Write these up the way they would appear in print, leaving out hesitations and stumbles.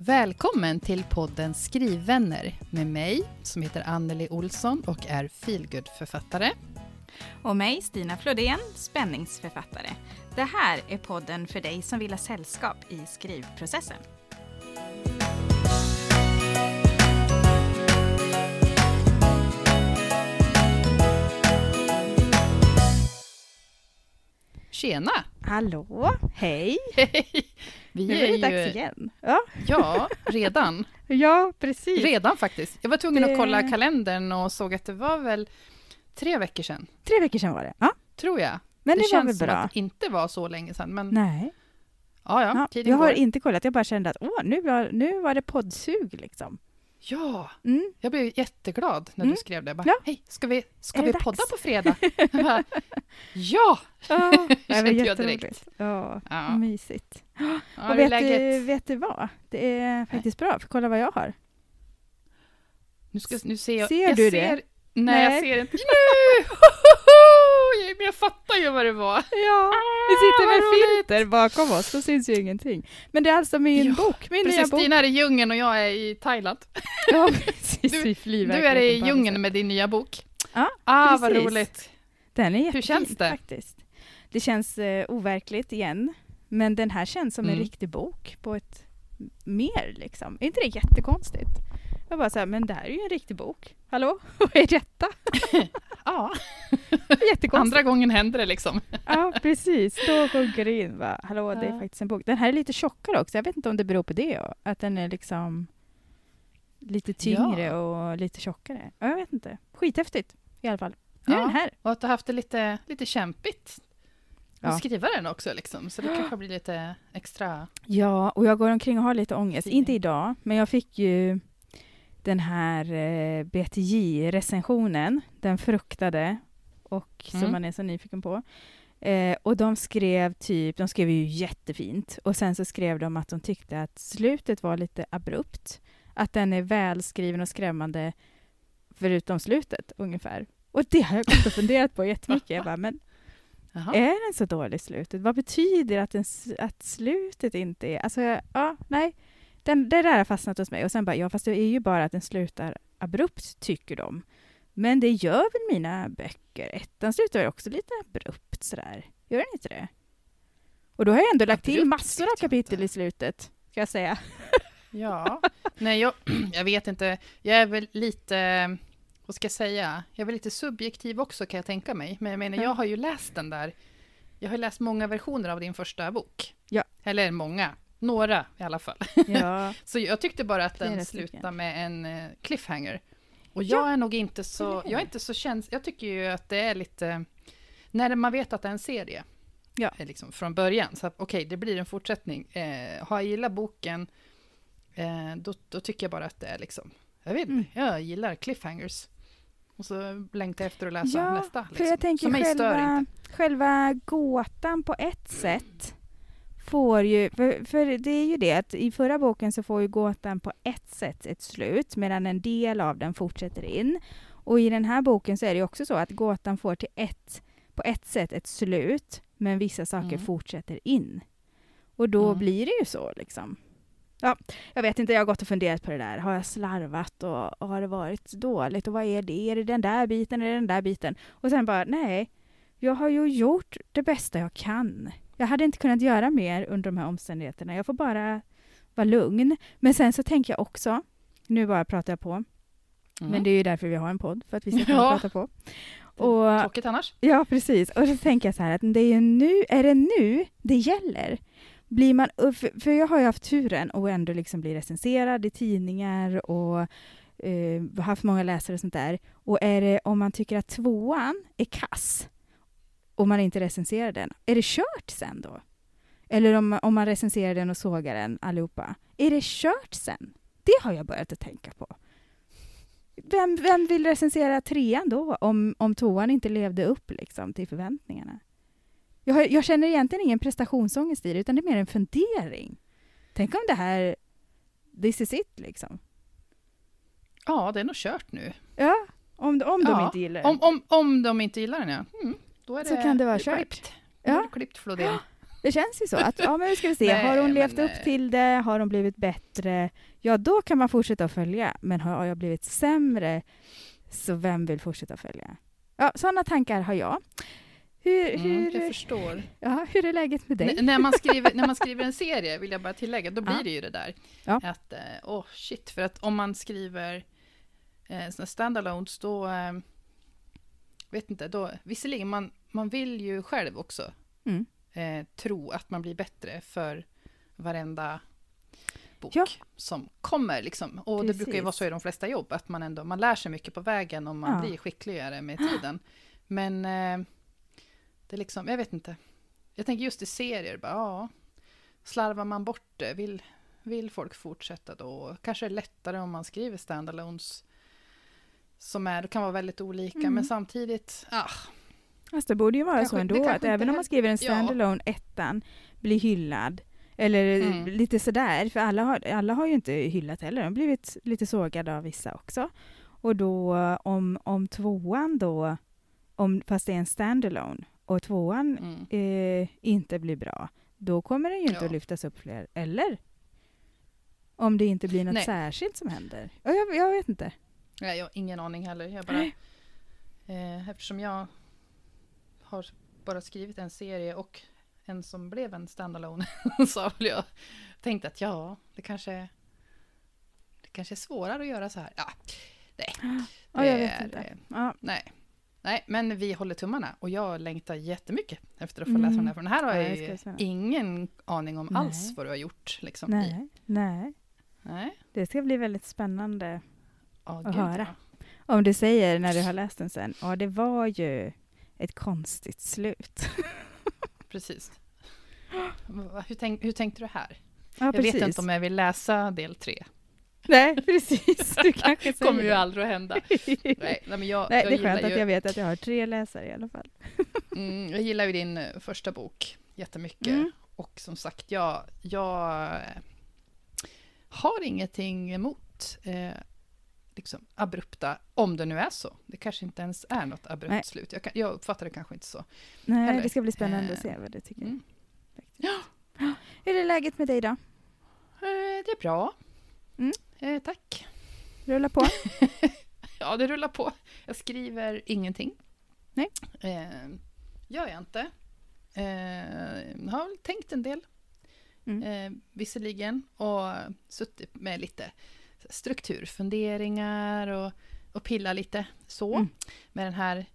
Välkommen till podden Skrivvänner med mig som heter Anneli Olsson och är feelgood-författare. Och mig, Stina Flodén, spänningsförfattare. Det här är podden för dig som vill ha sällskap i skrivprocessen. Tjena! Hallå, hej! Hej! Nu är det dags igen. Ja, redan. Ja, precis. Redan faktiskt. Jag var tvungen att kolla kalendern och såg att det var väl 3 veckor sedan. 3 veckor sedan var det, ja. Tror jag. Men det var känns väl bra. som att det inte var så länge sedan. Men... Nej. Ja, tiden jag har går. inte kollat, jag bara kände att nu var det poddsug liksom. Ja, Mm. jag blev jätteglad när du skrev det. Jag bara, Ja. hej, ska vi dags? podda på fredag? Jag bara, ja! Ja, det var Kände jag jätteroligt. direkt. Ja, mysigt. Ja, Och det är läget. vet du vad? Det är faktiskt bra, för kolla vad jag har. Nu ser jag. Ser jag du ser, det? Nej, jag Nej. ser inte. Men jag fattar ju vad det var. Ja, vi sitter med vad filter bakom oss, så syns ju ingenting. Men det är alltså min bok, min nya Precis, bok. Stina är i djungeln och jag är i Thailand. Ja, precis. Du- Du är i djungeln med din nya bok. Ja, Vad precis. roligt. Den är jättefin, Hur känns det? faktiskt. Det känns overkligt igen. Men den här känns som en riktig bok på ett mer liksom. Är inte det jättekonstigt? Jag bara så här, men det här är ju en riktig bok. Hallå? Vad är detta? Ja, Jättekonstigt. andra gången händer det liksom. Ja, precis. Då sjunker det in. Va? Hallå, det är faktiskt en bok. Den här är lite tjockare också. Jag vet inte om det beror på det. Att den är liksom lite tyngre och lite tjockare. Ja, jag vet inte. Skithäftigt i alla fall. Nu är den här. Och att du har haft det lite kämpigt att Ja. skriva den också liksom. Så det kanske blir lite extra... Ja, och jag går omkring och har lite ångest. Feeling. Inte idag, men jag fick ju den här BTJ-recensionen. Den fruktade och som man är så nyfiken på. Och de skrev ju jättefint. Och sen så skrev de att de tyckte att slutet var lite abrupt. Att den är välskriven och skrämmande förutom slutet ungefär. Och det har jag gått och funderat på jättemycket. Jag bara, men Jaha. är den så dålig slutet? Vad betyder att slutet inte är... Alltså, nej. Det där har fastnat hos mig. Och sen bara, fast det är ju bara att den slutar abrupt, tycker de. Men det gör väl mina böcker. Ettan slutar väl också lite abrupt sådär. Gör den inte det? Och då har jag ändå lagt till Abrupt massor av vet jag kapitel inte. i slutet, ska jag säga. Ja, nej jag vet inte. Jag är väl lite, vad ska jag säga? Jag är väl lite subjektiv också kan jag tänka mig. Men jag menar, jag har ju läst den där. Jag har läst många versioner av din första bok. Ja. Eller många. Några i alla fall. Ja. Så jag tyckte bara att den Flera slutar stycken. med en cliffhanger. Och jag är nog inte så... Jag är inte så jag tycker ju att det är lite... När man vet att det är en serie. Ja. Liksom från början. Så okej, det blir en fortsättning. Har jag gillat boken... Då tycker jag bara att det är liksom... Jag vet inte, jag gillar cliffhangers. Och så längtar jag efter att läsa nästa. Liksom. För jag tänker Så mig stör inte. själva gåtan på ett sätt får ju... För det är ju det att i förra boken så får ju gåtan på ett sätt ett slut medan en del av den fortsätter in. Och i den här boken så är det också så att gåtan får på ett sätt ett slut men vissa saker fortsätter in. Och då blir det ju så liksom. Ja, jag vet inte, jag har gått och funderat på det där. Har jag slarvat och har det varit dåligt? Och vad är det? Är det den där biten eller den där biten? Och sen bara, nej. Jag har ju gjort det bästa jag kan. Jag hade inte kunnat göra mer under de här omständigheterna. Jag får bara vara lugn. Men sen så tänker jag också, nu bara pratar jag på. Men det är ju därför vi har en podd, för att vi ska kunna prata på. Och, tråkigt annars. Ja, precis. Och så tänker jag så här, att det är det nu det gäller? Blir man, för jag har ju haft turen och ändå liksom bli recenserad i tidningar och haft många läsare och sånt där. Och är det, om man tycker att 2:an är kass och man inte recenserar den, är det kört sen då? Eller om man recenserar den och sågar den allihopa, är det kört sen? Det har jag börjat att tänka på. Vem vill recensera 3:an då om 2:an inte levde upp liksom, till förväntningarna? Jag känner egentligen ingen prestationsångest i det, utan det är mer en fundering. Tänk om det här, this is it liksom. Ja, det är nog kört nu. Ja, om de inte gillar den. Om de inte gillar den, ja. Då är det, så kan det vara är kört. klippt. Då är det klippt Flodén. Det känns ju så att, ja men nu ska vi se, Nej, har hon levt men, upp till det, har hon blivit bättre, ja då kan man fortsätta att följa. Men har jag blivit sämre, så vem vill fortsätta följa? Ja, sådana tankar har jag. Jag förstår. Ja, hur är läget med dig? När man skriver en serie, vill jag bara tillägga, då blir det ju det där. Ja. Att, shit, för att om man skriver såna standalones, då, vet inte, då, visserligen, man vill ju själv också tro att man blir bättre för varenda bok som kommer. Liksom. Och Precis. det brukar ju vara så i de flesta jobb, att man lär sig mycket på vägen och man blir skickligare med tiden. Men det är liksom, jag vet inte. Jag tänker just i serier, bara, slarvar man bort det, vill folk fortsätta då? Kanske är det lättare om man skriver standalones det kan vara väldigt olika, men samtidigt, Fast det borde ju vara så ändå, att även om man skriver en standalone, ettan blir hyllad, eller lite sådär, för alla har ju inte hyllat heller, de har blivit lite sågade av vissa också. Och då, om tvåan då, fast det är en standalone, och tvåan inte blir bra, då kommer den ju inte att lyftas upp fler, eller? Om det inte blir något särskilt som händer. Jag vet inte. Nej, jag har ingen aning heller. Jag bara, eftersom jag har bara skrivit en serie och en som blev en standalone, så har jag tänkt att det kanske är svårare att göra så här. Jag vet inte. Nej, men vi håller tummarna och jag längtar jättemycket efter att få läsa den här. För den här har jag ju ingen aning om alls vad du har gjort. Liksom, Nej. Det ska bli väldigt spännande att höra. Om du säger när du har läst den sen, det var ju ett konstigt slut. Precis. Hur tänkte du här? Ja, jag vet inte om jag vill läsa del 3. Nej, precis. Du kanske säger kommer ju aldrig att hända. Nej, men det är skönt att jag vet att jag har 3 läsare i alla fall. Jag gillar ju din första bok jättemycket. Och som sagt, jag har ingenting emot liksom abrupta, om det nu är så. Det kanske inte ens är något abrupt slut. Jag uppfattar det kanske inte så. Nej, heller. Det ska bli spännande att se vad du tycker. Hur är läget med dig då? Det är bra. Tack. Rulla på. Ja, det rullar på. Jag skriver ingenting. Nej. Gör jag inte. Har väl tänkt en del. Visserligen. Och suttit med lite strukturfunderingar och pilla lite så. Med den här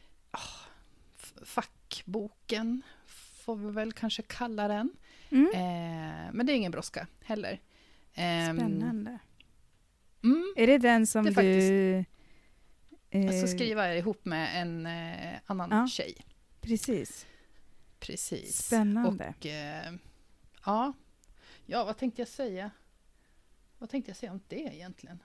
fackboken, får vi väl kanske kalla den. Men det är ingen bråska heller. Spännande. Är det den som du... Jag ska skriva ihop med en annan tjej. Precis. Spännande. Och vad tänkte jag säga? Vad tänkte jag säga om det egentligen?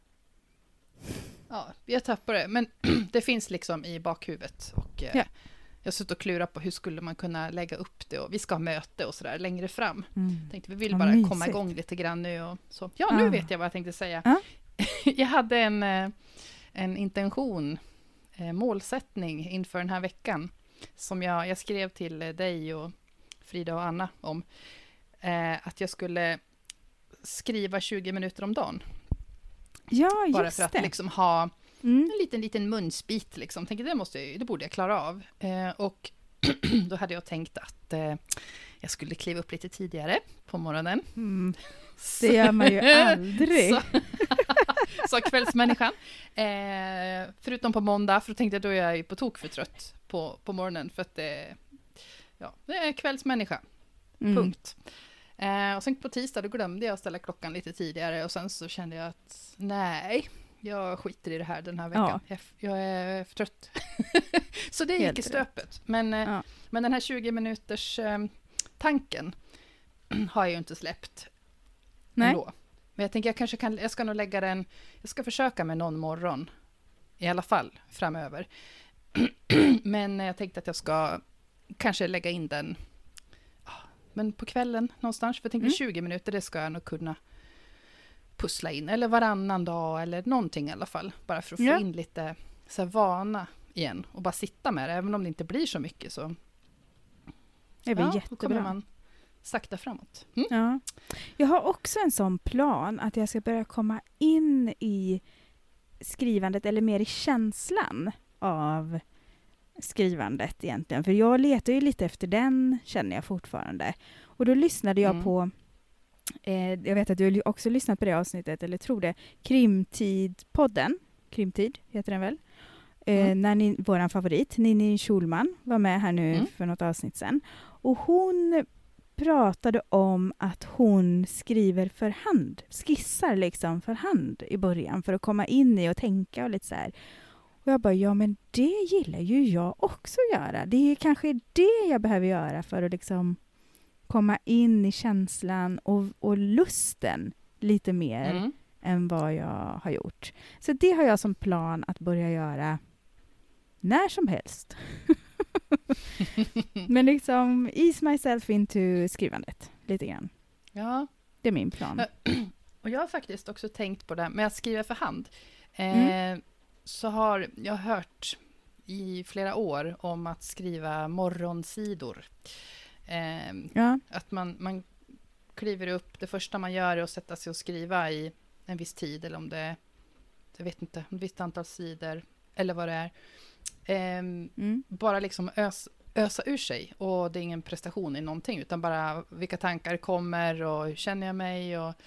Ja, jag tappar det. Men det finns liksom i bakhuvudet. Och jag suttit och klurat på hur skulle man kunna lägga upp det. Och vi ska ha möte och sådär längre fram. Tänkte vi vill bara komma igång lite grann nu. Och så. Ja, nu vet jag vad jag tänkte säga. Jag hade en intention, målsättning inför den här veckan. Som jag skrev till dig och Frida och Anna om. Att jag skulle skriva 20 minuter om dagen. Ja, bara för att liksom ha en liten munsbit. Liksom. Tänkte, det borde jag klara av. Och då hade jag tänkt att jag skulle kliva upp lite tidigare på morgonen. Det gör man ju aldrig. Så kvällsmänniskan. Förutom på måndag, för då tänkte jag då är jag ju på tok för trött på morgonen. För att det är kvällsmänniska. Punkt. Och sen på tisdag då glömde jag ställa klockan lite tidigare. Och sen så kände jag att nej, jag skiter i det här den här veckan. Jag är för trött. Så det gick i stöpet. Men den här 20 minuters tanken har jag ju inte släppt. Nej. Ändå. Men jag tänker jag ska nog lägga den, jag ska försöka med någon morgon i alla fall framöver. Men jag tänkte att jag ska kanske lägga in den men på kvällen någonstans. För jag tänker 20 minuter, det ska jag nog kunna pussla in. Eller varannan dag eller någonting i alla fall. Bara för att få in lite så här vana igen. Och bara sitta med det. Även om det inte blir så mycket Det är väl då kommer jättebra. man sakta framåt. Ja. Jag har också en sån plan att jag ska börja komma in i skrivandet eller mer i känslan av skrivandet egentligen. För jag letar ju lite efter den, känner jag fortfarande. Och då lyssnade jag på, jag vet att du också lyssnat på det avsnittet, eller tror det, Krimtid-podden. Krimtid heter den väl? När våran favorit, Ninni Schulman, var med här nu för något avsnitt sedan. Och hon pratade om att hon skriver för hand, skissar liksom för hand i början för att komma in i och tänka och lite så här. Och jag bara, ja men det gillar ju jag också göra. Det är kanske det jag behöver göra för att liksom komma in i känslan och lusten lite mer än vad jag har gjort. Så det har jag som plan att börja göra när som helst. Men liksom ease myself into skrivandet lite grann. Ja. Det är min plan. Och jag har faktiskt också tänkt på det med att skriva för hand. Så har jag hört i flera år om att skriva morgonsidor. Att man kliver upp, det första man gör är att sätta sig och skriva i en viss tid, eller om det är, jag vet inte, ett visst antal sidor eller vad det är. Bara liksom ösa ur sig, och det är ingen prestation i någonting, utan bara vilka tankar kommer och hur känner jag mig, och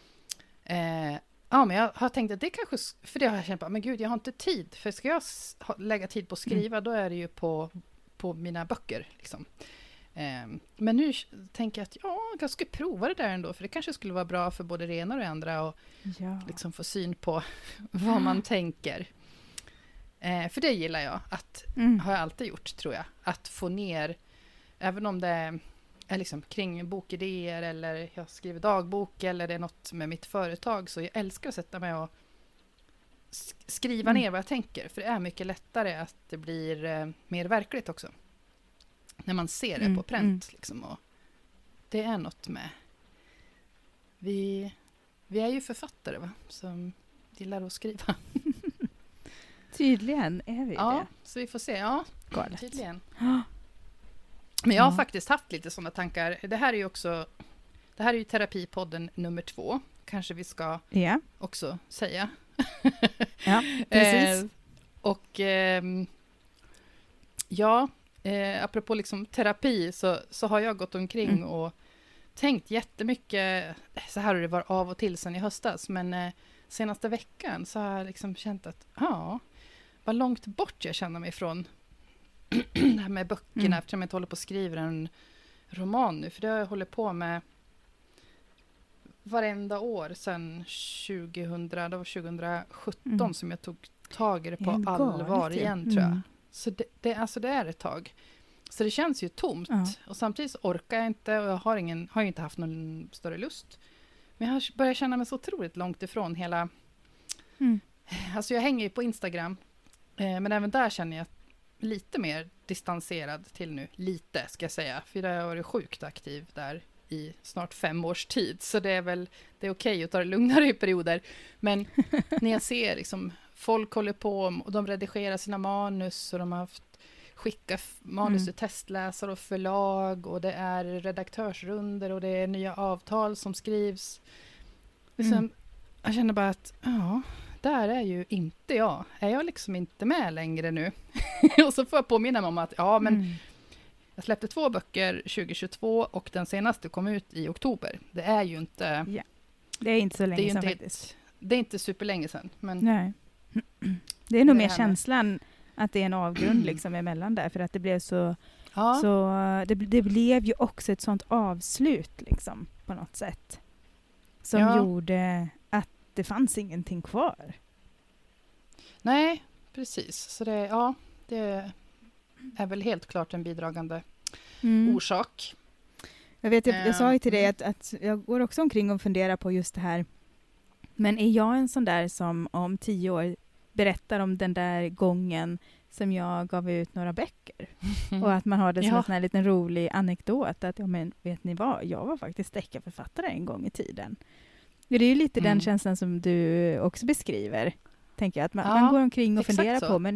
men jag har tänkt att det kanske, för det har jag känt på, men gud, jag har inte tid, för ska jag lägga tid på att skriva, då är det ju på mina böcker liksom. Men nu tänker jag att jag ska prova det där ändå, för det kanske skulle vara bra för både det ena och det andra, och liksom få syn på vad man tänker. För det gillar jag, har jag alltid gjort, tror jag, att få ner, även om det är liksom kring bokidéer, eller jag skriver dagbok, eller det är något med mitt företag, så jag älskar att sätta mig och skriva ner vad jag tänker, för det är mycket lättare att det blir mer verkligt också. När man ser det på pränt. Liksom, och det är något med... Vi är ju författare, va? Som gillar att skriva. Tydligen är vi det. Ja, så vi får se. Ja, galet. Tydligen. Men jag har faktiskt haft lite sådana tankar. Det här är ju terapipodden nummer 2. Kanske vi ska också säga. Ja, precis. Och apropå liksom terapi, så har jag gått omkring och tänkt jättemycket, så här har det varit av och till sedan i höstas, men senaste veckan så har jag liksom känt att vad långt bort jag känner mig från det här med böckerna, eftersom jag inte håller på att skriva en roman nu, för det har jag hållit på med varenda år sedan 2017 som jag tog tag i det på allvar igen, tror jag. Så det är ett tag. Så det känns ju tomt. Och samtidigt så orkar jag inte, och jag har ju inte haft någon större lust. Men jag har börjat känna mig så otroligt långt ifrån hela... Alltså jag hänger ju på Instagram. Men även där känner jag lite mer distanserad till nu. Lite, ska jag säga. För jag har varit sjukt aktiv där i snart 5 års tid. Så det är okej att ta det lugnare i perioder. Men när jag ser liksom... Folk håller på och de redigerar sina manus, och de har skickat manus till testläsare och förlag, och det är redaktörsrunder och det är nya avtal som skrivs. Liksom, jag känner bara att där är ju inte jag. Är jag liksom inte med längre nu? Och så får jag påminna mig om att jag släppte 2 böcker 2022 och den senaste kom ut i oktober. Det är ju inte... Ja. Det är inte så länge sedan faktiskt. Det är inte superlänge sedan. Men nej. Det är nog mer känslan att det är en avgrund liksom emellan där, för att det blev så det blev ju också ett sånt avslut liksom på något sätt som gjorde att det fanns ingenting kvar. Nej, precis. Så det är väl helt klart en bidragande orsak. Jag vet, jag sa ju till dig att jag går också omkring och funderar på just det här. Men är jag en sån där som om 10 år berättar om den där gången som jag gav ut några böcker? Och att man har det som en sån här liten rolig anekdot. Att, men vet ni vad? Jag var faktiskt deckarförfattare en gång i tiden. Det är ju lite den känslan som du också beskriver. Tänker jag. Att man går omkring och funderar på. Men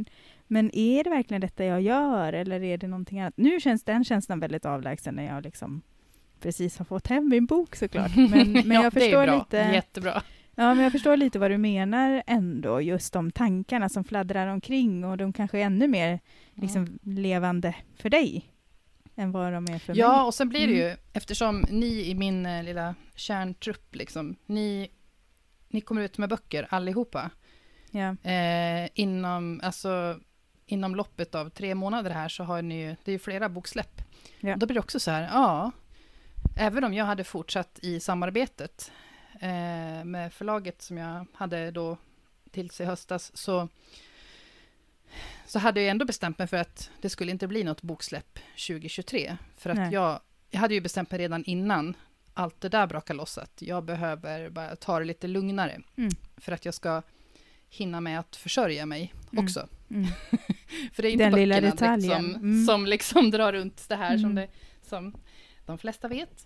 Men är det verkligen detta jag gör eller är det någonting annat? Nu känns den känslan väldigt avlägsen när jag liksom precis har fått hem min bok såklart. Men ja, jag förstår det är bra. lite. Jättebra. Ja, men jag förstår lite vad du menar ändå. Just de tankarna som fladdrar omkring och de kanske är ännu mer liksom, levande för dig än vad de är för mig. Ja, och sen blir det ju, eftersom ni i min lilla kärntrupp, liksom, ni kommer ut med böcker allihopa. Ja. Inom loppet av 3 månader här så har ni ju, det är ju flera boksläpp. Ja. Och då blir det också så här, ja, även om jag hade fortsatt i samarbetet med förlaget som jag hade då tills i höstas, så hade jag ändå bestämt mig för att det skulle inte bli något boksläpp 2023. För att jag hade ju bestämt mig redan innan allt det där brakade loss att jag behöver bara ta det lite lugnare för att jag ska hinna med att försörja mig också. För det är inte den lilla böckerna detaljen. som liksom drar runt det här som de flesta vet.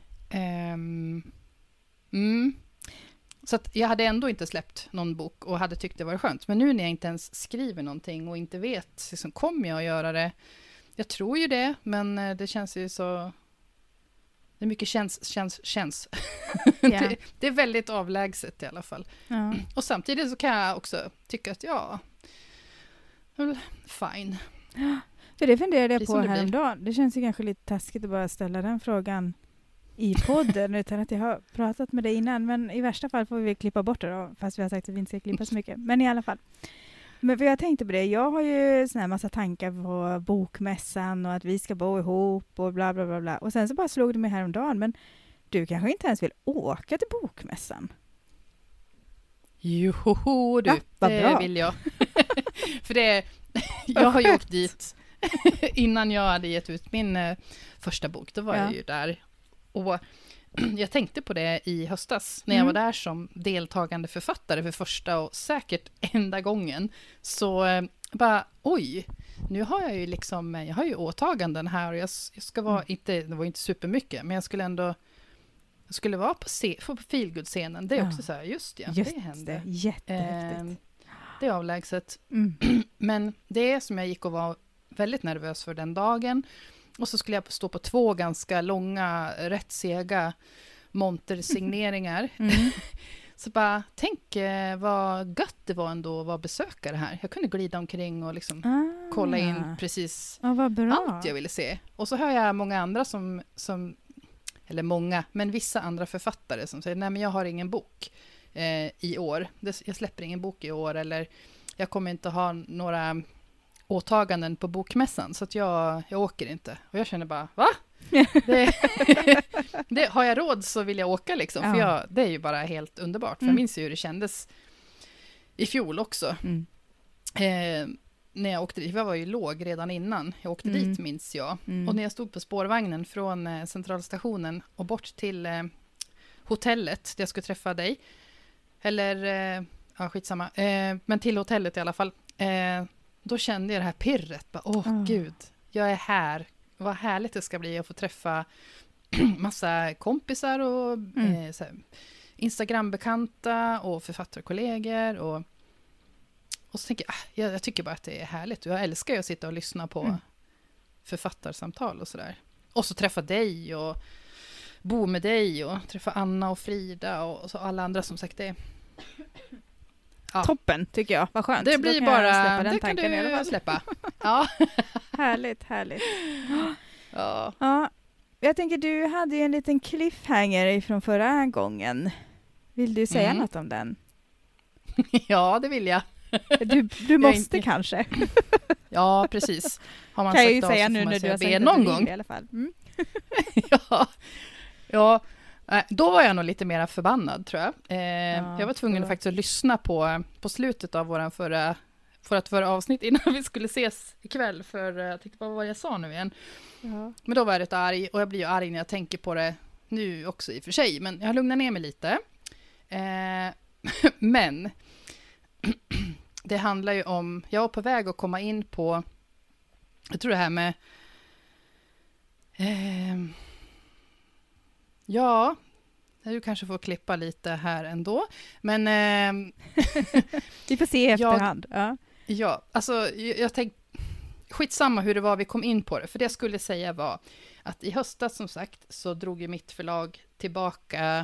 Så att jag hade ändå inte släppt någon bok och hade tyckt det var skönt. Men nu när jag inte ens skriver någonting och inte vet, liksom, kommer jag att göra det? Jag tror ju det, men det känns ju så... Det är mycket känns. Yeah. Det är väldigt avlägset i alla fall. Ja. Och samtidigt så kan jag också tycka att fine. För det funderade jag Det är på som det blir. häromdagen. Det känns ju kanske lite taskigt att bara ställa den frågan i podden utan att jag har pratat med dig innan. Men i värsta fall får vi klippa bort det då, fast vi har sagt att vi inte ska klippa så mycket. Men i alla fall. Men för jag tänkte på det, jag har ju sån här massa tankar på bokmässan och att vi ska bo ihop och bla bla bla bla. Och sen så bara slog det mig häromdagen, men du kanske inte ens vill åka till bokmässan? Joho, du, vad det bra. vill jag. För jag har ju åkt dit innan jag hade gett ut min första bok. Då var jag ju där. Och jag tänkte på det i höstas när jag var där som deltagande författare för första och säkert enda gången. Så bara, oj, nu har jag ju liksom, jag har ju åtaganden här och jag ska vara, det var inte supermycket, men jag skulle vara på feelgood-scenen. Det är också så här, just det hände. Jättehäftigt. Det är avlägset. Men det som jag gick och var väldigt nervös för den dagen. Och så skulle jag stå på 2 ganska långa, rätt sega montersigneringar. Så bara, tänk vad gött det var ändå att vara besökare här. Jag kunde glida omkring och liksom kolla in precis allt jag ville se. Och så hör jag många andra som eller många, men vissa andra författare som säger, nej men jag har ingen bok i år. Jag släpper ingen bok i år, eller jag kommer inte ha några åtaganden på bokmässan, så att jag åker inte. Och jag känner bara, va? Det, har jag råd så vill jag åka liksom. För det är ju bara helt underbart. För jag minns ju hur det kändes i fjol också. När jag åkte dit, jag var ju låg redan innan jag åkte dit, minns jag. Och när jag stod på spårvagnen från centralstationen och bort till hotellet där jag skulle träffa dig. Eller, skitsamma. Men till hotellet i alla fall. Då kände jag det här pirret. Gud, jag är här. Vad härligt det ska bli att få träffa massa kompisar och så här, Instagram-bekanta och författarkollegor. Och så tänker jag tycker bara att det är härligt. Och jag älskar ju att sitta och lyssna på författarsamtal och sådär. Och så träffa dig och bo med dig och träffa Anna och Frida och så alla andra som sagt det. Ja. Toppen, tycker jag. Vad skönt. Det blir bara, det kan du släppa. Ja. Härligt. Ja. Jag tänker, du hade ju en liten cliffhanger från förra gången. Vill du säga något om den? Ja, det vill jag. Du måste kanske. Ja, precis. Har man kan sagt jag ju säga nu när du har sagt någon gång i alla fall. Ja. Då var jag nog lite mer förbannad, tror jag. Jag var tvungen faktiskt att lyssna på slutet av vårt förra avsnitt innan vi skulle ses ikväll. För jag tänkte, vad var jag sa nu igen? Ja. Men då var jag rätt arg, och jag blir ju arg när jag tänker på det nu också i och för sig. Men jag lugnar ner mig lite. Men det handlar ju om, jag var på väg att komma in på, jag tror det här med ja, du kanske får klippa lite här ändå. Men vi får se i efterhand. Ja, alltså jag tänkte, skitsamma hur det var vi kom in på det, för det jag skulle säga var att i höstas som sagt så drog ju mitt förlag tillbaka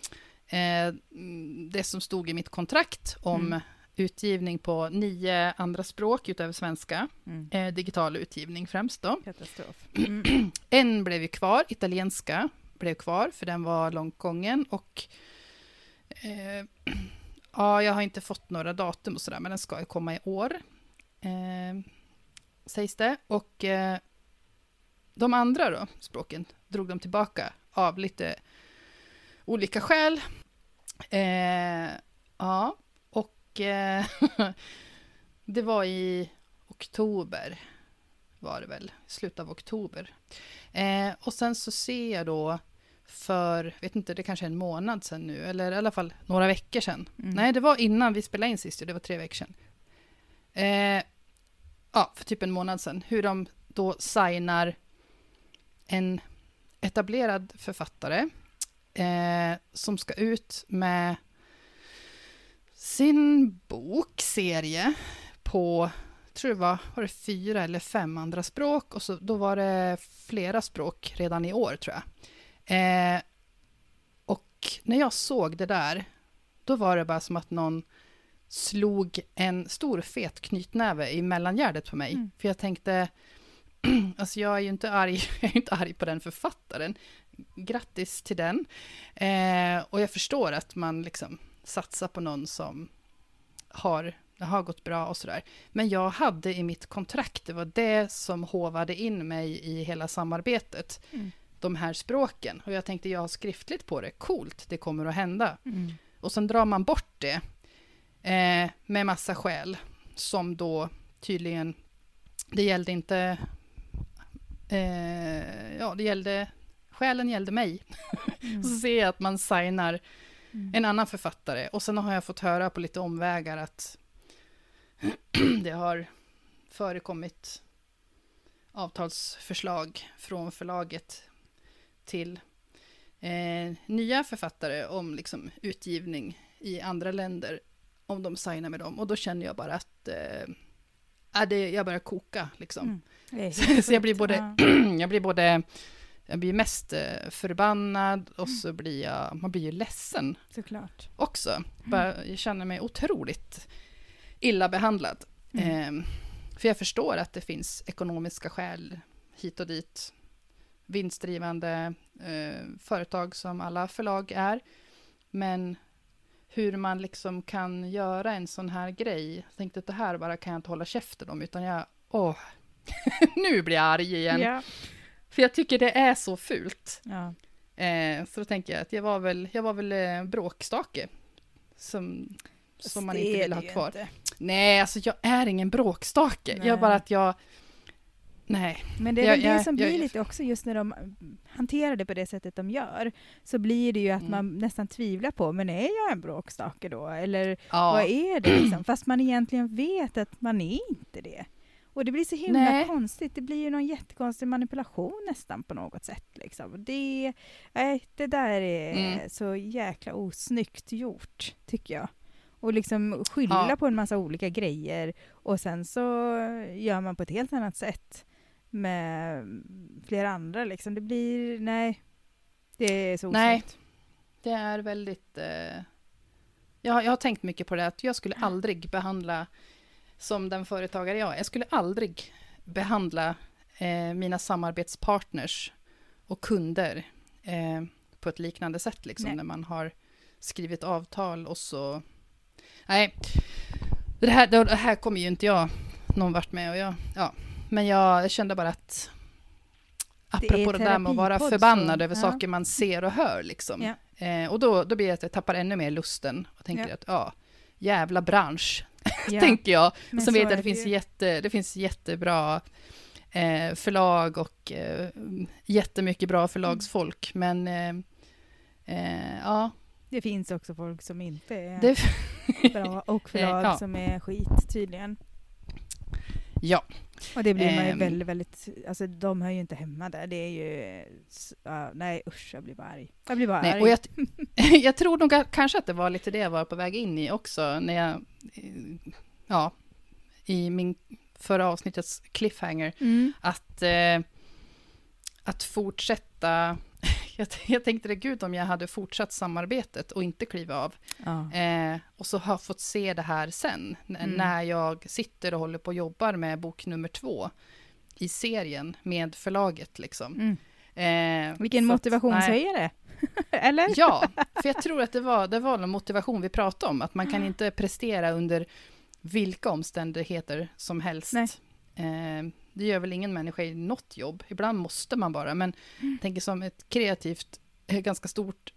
det som stod i mitt kontrakt om utgivning på 9 andra språk utöver svenska, digital utgivning främst då. Katastrof. En blev ju kvar, italienska blev kvar för den var långt gången och ja, jag har inte fått några datum och sådär, men den ska ju komma i år. Sägs det. Och de andra då, språken, drog de tillbaka av lite olika skäl. Ja, och det var i oktober, var det väl, slutet av oktober. Och sen så ser jag då för, vet inte, det kanske är en månad sedan nu, eller i alla fall några veckor sedan. Nej, det var innan vi spelade in sist, det var 3 veckor sedan. Ja, för typ en månad sedan, hur de då signar en etablerad författare som ska ut med sin bokserie på, tror det var det 4 eller 5 andra språk och så, då var det flera språk redan i år tror jag. Och när jag såg det där, då var det bara som att någon slog en stor fet knytnäve i mellangärdet på mig. För jag tänkte, alltså jag är ju inte arg på den författaren. Grattis till den. Och jag förstår att man liksom satsar på någon som har gått bra och sådär. Men jag hade i mitt kontrakt, det var det som hovade in mig i hela samarbetet. De här språken. Och jag tänkte, jag har skriftligt på det. Coolt, det kommer att hända. Och sen drar man bort det med massa skäl som då tydligen, det gällde inte skälen gällde mig. Och så ser jag att man signar en annan författare och sen har jag fått höra på lite omvägar att det har förekommit avtalsförslag från förlaget till nya författare om liksom utgivning i andra länder om de signar med dem. Och då känner jag bara att jag börjar koka liksom. Så jag blir mest förbannad och så man blir ju ledsen. Såklart. Också. Jag känner mig otroligt illa behandlad. För jag förstår att det finns ekonomiska skäl hit och dit. Vinstdrivande företag som alla förlag är. Men hur man liksom kan göra en sån här grej. Jag tänkte att det här bara kan jag inte hålla käften om. Utan nu blir jag arg igen. Ja. För jag tycker det är så fult. Ja. Så då tänker jag att jag var väl bråkstake. Som man inte vill ha kvar. Inte. Nej, alltså jag är ingen bråkstake. Nej. Jag bara att jag... Nej. Men det är väl det som blir lite också just när de hanterar det på det sättet de gör. Så blir det ju att man nästan tvivlar på, men är jag en bråkstake då? Eller vad är det liksom? Fast man egentligen vet att man är inte det. Och det blir så himla konstigt. Det blir ju någon jättekonstig manipulation nästan på något sätt. Liksom. Det där är så jäkla osnyggt gjort, tycker jag. Och liksom skylla på en massa olika grejer. Och sen så gör man på ett helt annat sätt med flera andra. Liksom. Det blir, det är så osnyggt. Nej, det är väldigt... Jag har tänkt mycket på det. Att jag skulle aldrig behandla... Som den företagare jag skulle aldrig behandla mina samarbetspartners och kunder på ett liknande sätt. Liksom, när man har skrivit avtal och så... Nej, det här kommer ju inte jag någon vart med. Men jag kände bara att apropå det där med att vara förbannad över saker man ser och hör. Liksom. Ja. Och då blir det att jag tappar ännu mer lusten och tänker att jävla bransch. Tänker jag. Och så vet jag att det finns jättebra förlag och jättemycket bra förlagsfolk. Men det finns också folk som inte är bra och förlag som är skit tydligen. Ja. Och det blir man ju väldigt, väldigt... Alltså de hör ju inte hemma där. Det är ju... nej, usch, jag blir bara arg. Och jag tror nog kanske att det var lite det jag var på väg in i också. När jag i min förra avsnittets cliffhanger, att fortsätta. Jag tänkte det, gud om jag hade fortsatt samarbetet och inte kliva av. Och så har fått se det här sen. När jag sitter och håller på och jobbar med bok nummer 2 i serien med förlaget. Liksom. Vilken motivationshöjare. Eller? Ja, för jag tror att det var en motivation vi pratade om. Att man kan inte prestera under vilka omständigheter som helst. Det gör väl ingen människa i något jobb. Ibland måste man bara. Men jag tänker som ett kreativt, ganska stort,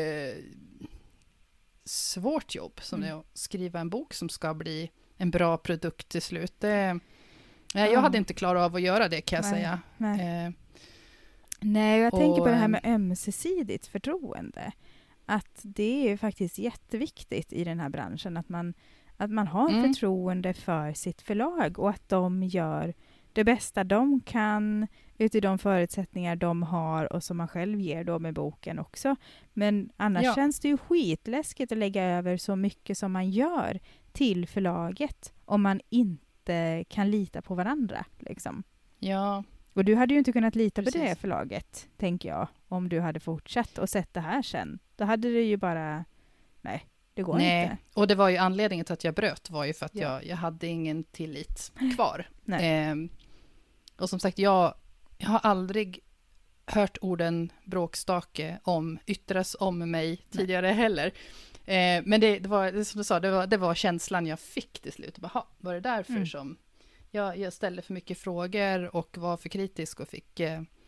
svårt jobb. Som det är att skriva en bok som ska bli en bra produkt till slut. Jag hade inte klarat av att göra det, kan jag säga. Nej, jag tänker på det här med ömsesidigt förtroende. Att det är ju faktiskt jätteviktigt i den här branschen. Att man har förtroende för sitt förlag och att de gör det bästa de kan utifrån de förutsättningar de har och som man själv ger då med boken också. Men annars känns det ju skitläskigt att lägga över så mycket som man gör till förlaget om man inte kan lita på varandra. Liksom. Ja. Och du hade ju inte kunnat lita på det förlaget, tänker jag, om du hade fortsatt och sett det här sen. Då hade det ju bara, det går inte. Och det var ju anledningen till att jag bröt, var ju för att jag hade ingen tillit kvar. Och som sagt, jag har aldrig hört orden bråkstake yttras om mig tidigare heller. Men det var, som du sa, det var känslan jag fick till slut. Var det därför som jag ställde för mycket frågor och var för kritisk och fick...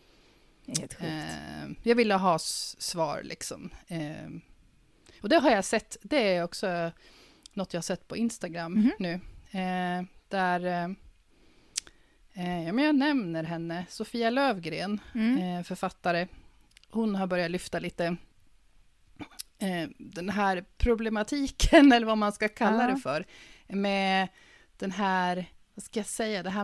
jag ville ha svar liksom. Och det har jag sett, det är också något jag har sett på Instagram nu. Där men jag nämner henne, Sofia Lövgren, författare. Hon har börjat lyfta lite den här problematiken, eller vad man ska kalla det för, med den här, vad ska jag säga, det här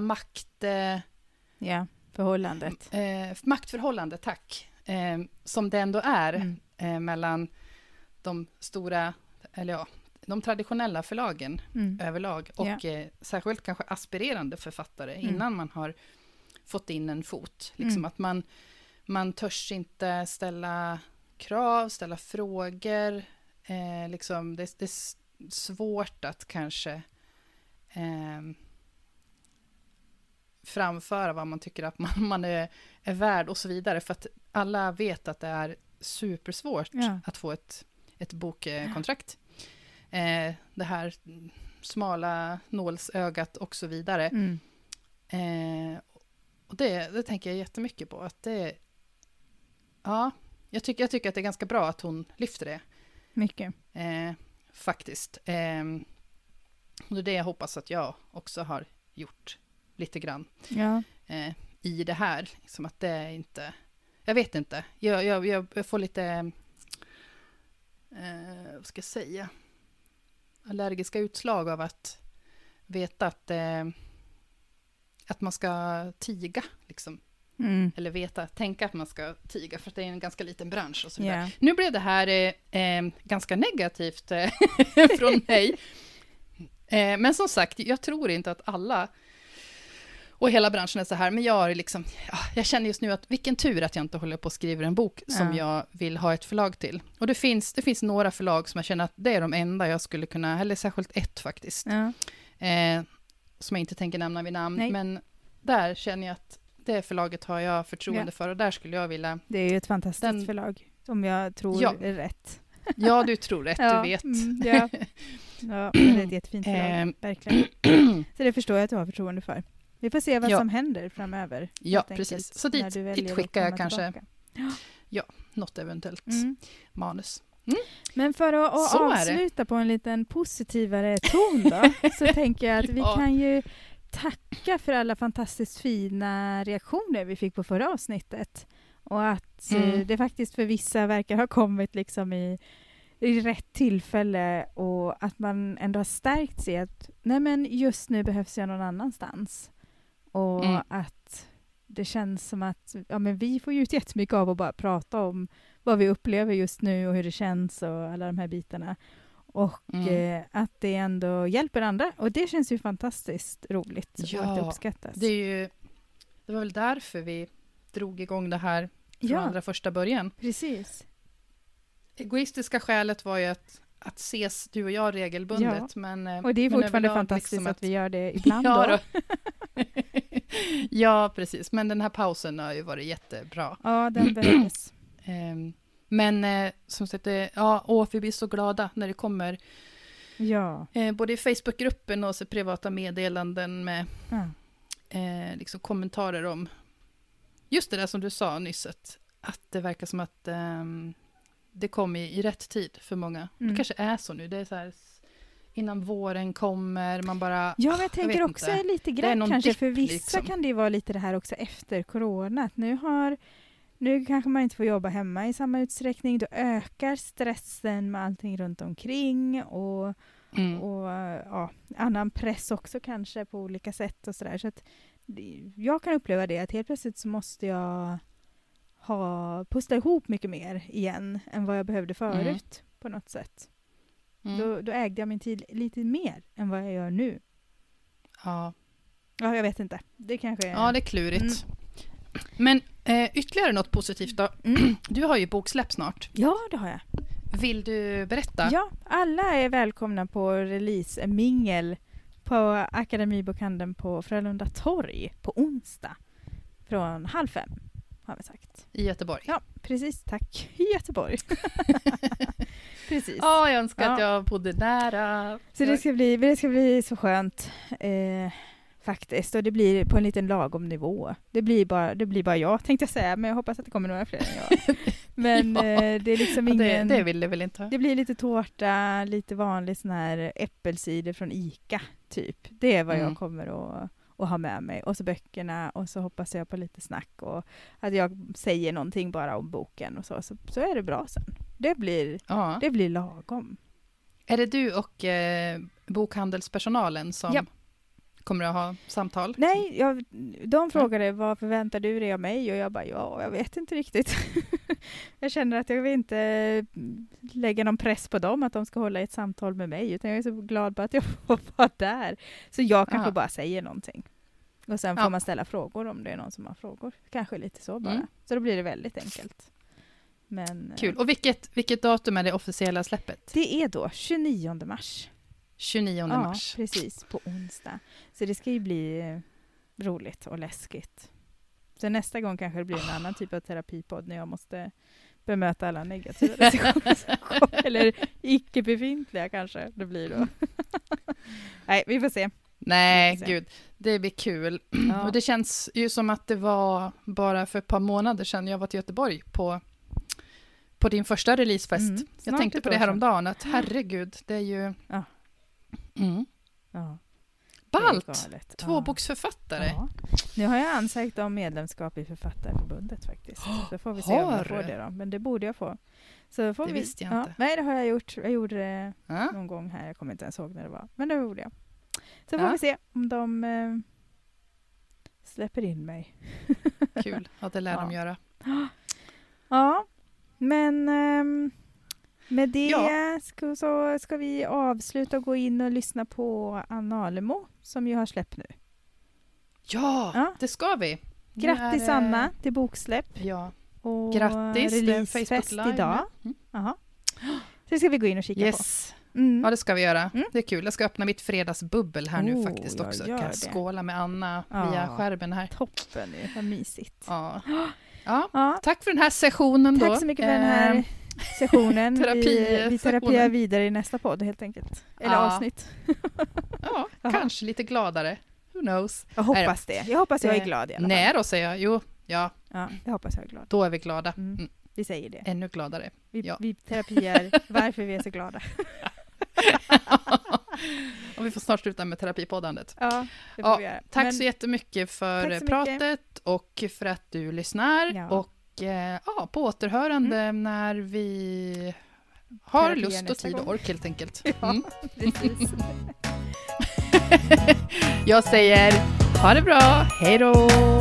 förhållandet. Maktförhållandet, tack. Som det ändå är mellan de stora, eller de traditionella förlagen överlag och särskilt kanske aspirerande författare innan man har fått in en fot. Liksom att man törs inte ställa krav, ställa frågor. Liksom det är svårt att kanske framföra vad man tycker att man är värd och så vidare. För att alla vet att det är supersvårt att få ett bokkontrakt. Det här smala nålsögat och så vidare. Och det tänker jag jättemycket på. Att jag tycker att det är ganska bra att hon lyfter det. Mycket. Faktiskt. Och det är det jag hoppas att jag också har gjort lite grann. I det här. Liksom att det är inte... Jag vet inte. Jag får lite... vad ska jag säga? Allergiska utslag av att veta att man ska tiga liksom. Eller tänka att man ska tiga, för att det är en ganska liten bransch och så vidare. Nu blev det här ganska negativt från mig. Men som sagt, jag tror inte att alla och hela branschen är så här, men jag känner just nu att vilken tur att jag inte håller på att skriva en bok som jag vill ha ett förlag till. Och det finns några förlag som jag känner att det är de enda jag skulle kunna, eller särskilt ett faktiskt, som jag inte tänker nämna vid namn. Nej. Men där känner jag att det förlaget har jag förtroende för, och där skulle jag vilja... Det är ju ett fantastiskt förlag, som jag tror är rätt. Ja, du tror rätt, du vet. Ja, det är ett jättefint förlag, verkligen. Så det förstår jag att du har förtroende för. Vi får se vad som händer framöver. Ja, precis. Så dit skickar jag kanske något eventuellt manus. Men för att avsluta på en liten positivare ton då, så tänker jag att vi kan ju tacka för alla fantastiskt fina reaktioner vi fick på förra avsnittet. Och att det faktiskt för vissa verkar ha kommit liksom i rätt tillfälle, och att man ändå har stärkt sig att nej, men just nu behövs jag någon annanstans. Och att det känns som att men vi får ju ut jättemycket av att bara prata om vad vi upplever just nu och hur det känns och alla de här bitarna. och att det ändå hjälper andra. Och det känns ju fantastiskt roligt och att det uppskattas. Det var väl därför vi drog igång det här från allra första början. Precis. Egoistiska skälet var ju att ses du och jag regelbundet. Men, och det är fortfarande fantastiskt liksom att vi gör det ibland då. Ja, precis. Men den här pausen har ju varit jättebra. Ja, den behövs. Men som sagt, vi blir så glada när det kommer både i Facebookgruppen och så privata meddelanden med liksom kommentarer om just det där som du sa nyss, att det verkar som att det kom i rätt tid för många. Det kanske är så nu. Det är så här, innan våren kommer, man bara... Ja, men jag tänker också inte. Lite grann kanske, för vissa liksom. Kan det vara lite det här också efter corona. Att nu kanske man inte får jobba hemma i samma utsträckning. Då ökar stressen med allting runt omkring och annan press också kanske på olika sätt och sådär. Så att jag kan uppleva det att helt plötsligt så måste jag pusta ihop mycket mer igen än vad jag behövde förut på något sätt. Då ägde jag min tid lite mer än vad jag gör nu. Ja, jag vet inte. Det kanske är... Ja, det är klurigt. Men ytterligare något positivt då. Du har ju boksläpp snart. Ja, det har jag. Vill du berätta? Ja, alla är välkomna på release-mingel på Akademibokhandeln på Frölunda torg på onsdag från 4:30 har vi sagt. I Göteborg? Ja, precis. Tack. I Göteborg. Precis. Ja, jag önskar att jag bodde nära. Så det ska bli så skönt faktiskt. Och det blir på en liten lagom nivå. Det blir bara jag, tänkte jag säga. Men jag hoppas att det kommer några fler än jag. Men det är liksom ingen... Det vill det väl inte. Det blir lite tårta, lite vanlig sån här äppelcider från Ica, typ. Det är vad jag kommer att ha med mig. Och så böckerna, och så hoppas jag på lite snack. Och att jag säger någonting bara om boken och så är det bra sen. Det blir lagom. Är det du och bokhandelspersonalen som kommer att ha samtal? Nej, de frågade vad förväntar du dig av mig? Och jag bara, jag vet inte riktigt. Jag känner att jag vill inte lägga någon press på dem att de ska hålla ett samtal med mig. Utan jag är så glad på att jag får vara där. Så jag kanske bara säger någonting. Och sen får man ställa frågor om det är någon som har frågor. Kanske lite så bara. Så då blir det väldigt enkelt. Men, kul. Och vilket datum är det officiella släppet? Det är då 29 mars. 29 mars. Ja, precis. På onsdag. Så det ska ju bli roligt och läskigt. Så nästa gång kanske det blir en annan typ av terapipodd när jag måste bemöta alla negativa recensioner. Eller icke-befintliga kanske det blir då. Nej, vi får se. Nej, gud. Det blir kul. Ja. Och det känns ju som att det var bara för ett par månader sedan jag var till Göteborg på din första releasefest. Jag tänkte på det här om dagen att herregud, det är ju... Ja. Ballt! 2-boksförfattare. Ja. Nu har jag ansökt om medlemskap i Författarförbundet faktiskt. Så får vi se om jag får det då. Men det borde jag få. Så får visste jag inte. Nej, det har jag gjort. Jag gjorde det någon gång här. Jag kommer inte ens ihåg när det var. Men det gjorde jag. Så får vi se om de släpper in mig. Kul. Ja, det lär de göra. Ja, men med det ska vi avsluta och gå in och lyssna på Analemo som ju har släppt nu. Ja, det ska vi. Grattis Anna till boksläpp. Ja. Och grattis, releasefest idag. Aha. Så det ska vi gå in och kika på. Ja, det ska vi göra. Det är kul. Jag ska öppna mitt fredagsbubbel här nu faktiskt också. Kan jag skåla med Anna via skärmen här. Toppen, det är vad mysigt. Ja. Tack för den här sessionen då. Tack så mycket för den här sessionen. Vi terapierar vidare i nästa podd helt enkelt. Eller avsnitt. Kanske lite gladare. Who knows? Jag hoppas det. Jag hoppas jag är glad i alla fall. Nej då, säger jag. Jo, ja. Jag hoppas jag är glad. Då är vi glada. Vi säger det. Ännu gladare. Vi terapierar varför vi är så glada. Och vi får snart sluta med terapipoddandet. Ja, det får vi göra. Tack så jättemycket för pratet och för att du lyssnar. Ja. Och på återhörande när vi har lust och tid och ork helt enkelt. Ja, precis. Jag säger ha det bra. Hej då!